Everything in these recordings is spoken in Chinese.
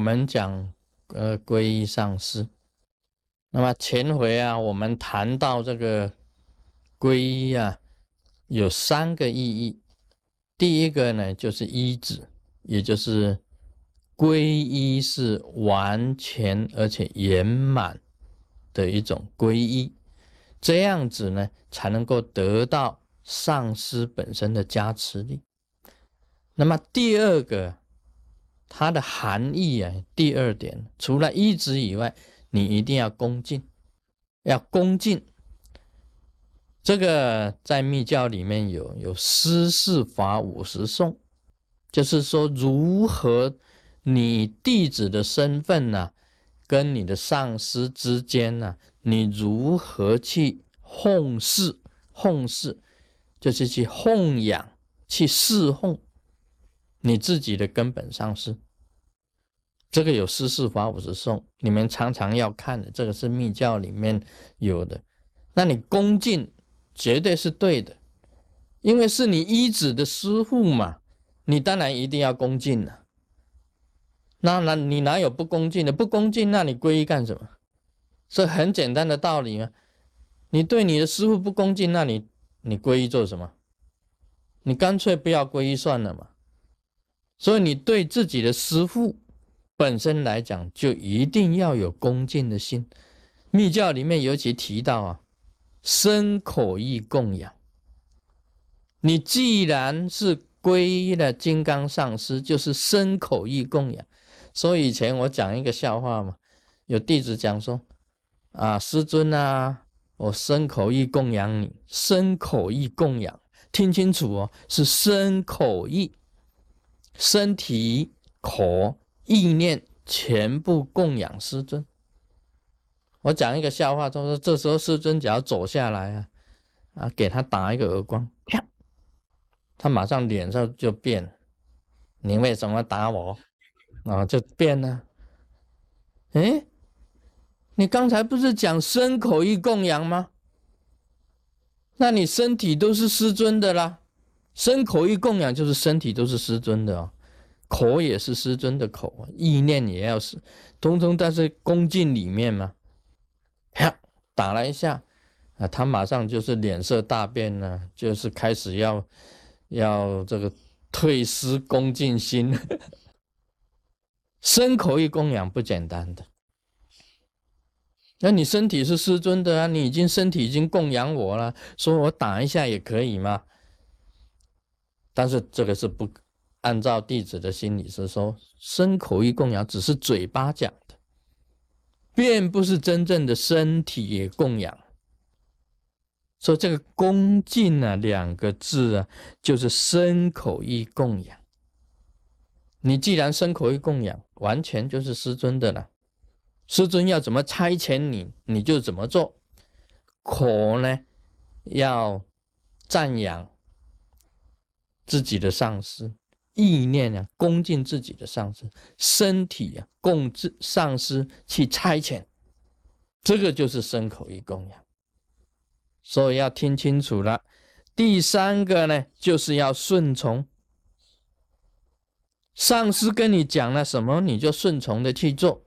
们讲皈依上师。那么前回啊，我们谈到这个皈依啊，有3个意义。第一个呢，就是依止，也就是皈依是完全而且圆满的一种皈依，这样子呢，才能够得到上师本身的加持力。那么第二个，它的含义啊，第2点，除了依止以外，你一定要恭敬，要恭敬。这个在密教里面有施事法50颂，就是说如何你弟子的身份啊，跟你的上师之间啊，你如何去奉事，奉事就是去奉养，去侍奉你自己的根本上师。这个有施事法50颂，你们常常要看的，这个是密教里面有的。那你恭敬绝对是对的，因为是你依止的师父嘛，你当然一定要恭敬了。那你哪有不恭敬的？不恭敬，那你皈依干什么？这很简单的道理嘛。你对你的师父不恭敬，那你皈依做什么？你干脆不要皈依算了嘛。所以你对自己的师父本身来讲，就一定要有恭敬的心。密教里面尤其提到啊，身口意供养。你既然是皈依了金刚上师，就是身口意供养。所以以前我讲一个笑话嘛，有弟子讲说啊，师尊啊，我身口意供养你。身口意供养，听清楚哦，是身口意，身体口意念全部供养师尊。我讲一个笑话，他说这时候师尊只要走下来啊，给他打一个耳光，啪，他马上脸上就变了。你为什么打我？就变了。诶，你刚才不是讲身口意供养吗？那你身体都是师尊的啦。身口意供养就是身体都是师尊的哦，口也是师尊的口，意念也要是，通通在这恭敬里面嘛。啪，打了一下他马上就是脸色大变了，就是开始要这个退失恭敬心。身口意供养不简单的。那你身体是师尊的啊，你身体已经供养我了，说我打一下也可以吗？但是这个是不按照弟子的心理，是说身口意供养只是嘴巴讲的，并不是真正的身体也供养。所以这个恭敬啊2个字啊，就是身口意供养。你既然身口意供养，完全就是师尊的了。师尊要怎么差遣你，你就怎么做。口呢，要赞扬自己的上师，意念啊，恭敬自己的上师，身体啊，供上师去差遣，这个就是身口意供养。所以要听清楚了。第3个呢，就是要顺从。上师跟你讲了什么，你就顺从的去做，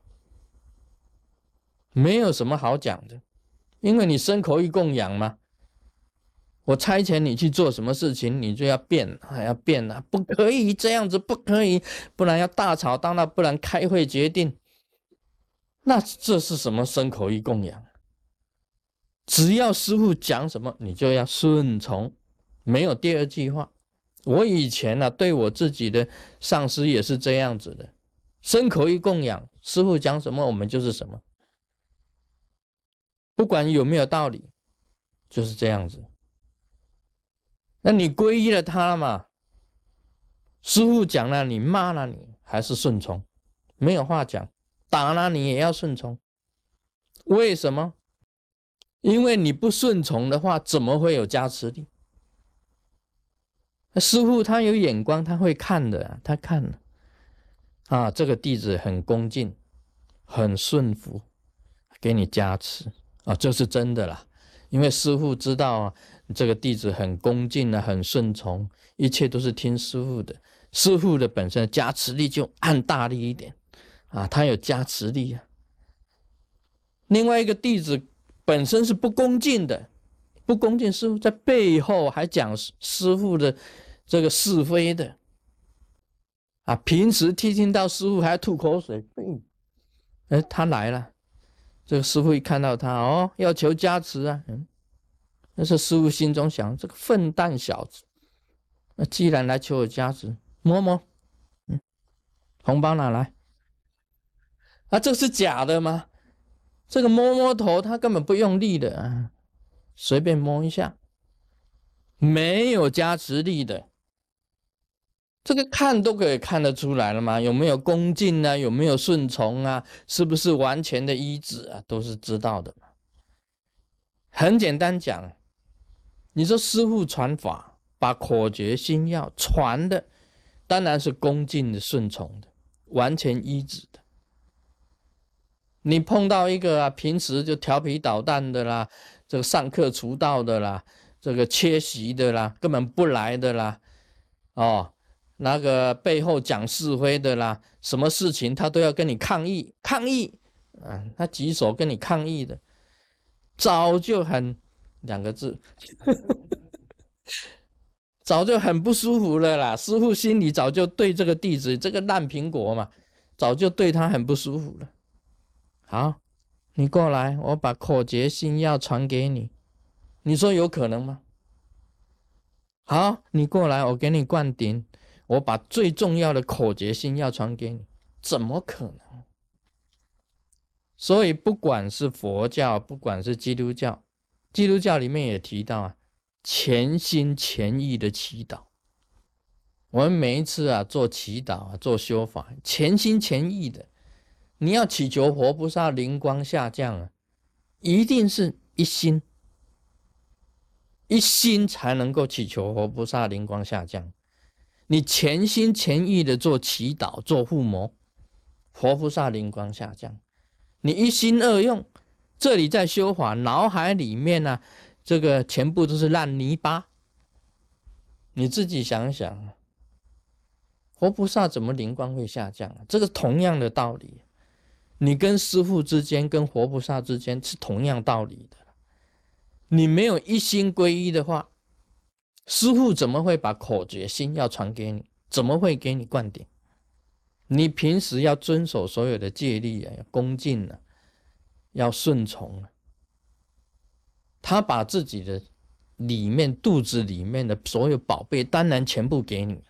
没有什么好讲的，因为你身口意供养嘛。我差遣你去做什么事情，你就要变，要变啊，不可以这样子，不可以，不然要大吵大闹，不然开会决定。那这是什么身口意供养？只要师父讲什么，你就要顺从，没有第2句话。我以前对我自己的上师也是这样子的，身口意供养，师父讲什么我们就是什么，不管有没有道理，就是这样子。那你皈依了他嘛，师父讲了你，骂了你，还是顺从，没有话讲。打了你也要顺从。为什么？因为你不顺从的话，怎么会有加持力？师父他有眼光，他会看的，他看了这个弟子很恭敬，很顺服，给你加持这是真的啦。因为师父知道这个弟子很恭敬很顺从，一切都是听师父的，师父的本身加持力就按大力一点啊，他有加持力啊。另外一个弟子本身是不恭敬的，不恭敬师父，在背后还讲师父的这个是非的啊，平时听到师父还要吐口水，他来了，这个师父一看到他，哦，要求加持啊，那时候师父心中想，这个笨蛋小子，那既然来求我加持，摸摸，红包拿来，啊，这是假的吗？这个摸摸头，他根本不用力的啊，随便摸一下，没有加持力的，这个看都可以看得出来了吗？有没有恭敬啊？有没有顺从啊？是不是完全的依止啊？都是知道的嘛。很简单讲，你说师父传法，把口诀心要传的，当然是恭敬的、顺从的，完全依止的。你碰到一个平时就调皮捣蛋的啦，这个上课迟到的啦，这个缺席的啦，根本不来的啦，哦，那个背后讲是非的啦，什么事情他都要跟你抗议，他举手跟你抗议的，早就很2个字，早就很不舒服了啦。师父心里早就对这个弟子，这个烂苹果嘛，早就对他很不舒服了。好，你过来，我把口诀心要传给你，你说有可能吗？好，你过来，我给你灌顶，我把最重要的口诀心要传给你，怎么可能？所以不管是佛教，不管是基督教，基督教里面也提到啊，全心全意的祈祷。我们每一次做祈祷做修法，全心全意的。你要祈求佛菩萨灵光下降一定是一心，一心才能够祈求佛菩萨灵光下降。你全心全意的做祈祷、做护摩，佛菩萨灵光下降。你一心二用，这里在修法，脑海里面这个全部都是烂泥巴。你自己想想，佛菩萨怎么灵光会下降这个同样的道理。你跟师父之间，跟活菩萨之间是同样道理的。你没有一心皈依的话，师父怎么会把口诀心要传给你？怎么会给你灌顶？你平时要遵守所有的戒律要恭敬要顺从他把自己的里面肚子里面的所有宝贝，当然全部给你了。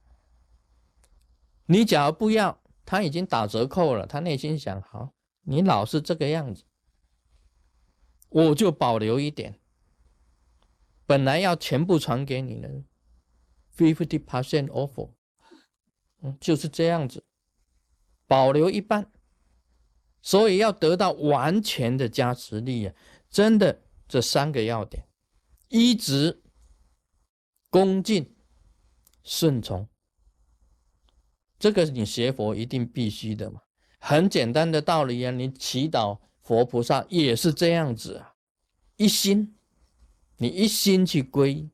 你假如不要，他已经打折扣了，他内心想，好，你老是这个样子，我就保留一点，本来要全部传给你的 50% offer，就是这样子，保留一半。所以要得到完全的加持力真的这3个要点：依止、恭敬、顺从。这个你学佛一定必须的嘛，很简单的道理你祈祷佛菩萨也是这样子一心，你一心去皈依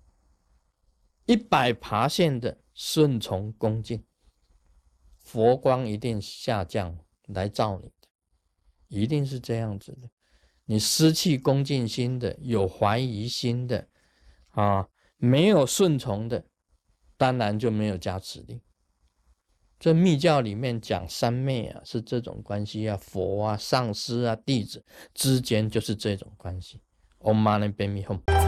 ，100%的顺从恭敬，佛光一定下降来照你的，一定是这样子的。你失去恭敬心的，有怀疑心的没有顺从的，当然就没有加持力。这密教里面讲三昧是这种关系佛上师弟子之间就是这种关系。Om Mani Padme Hum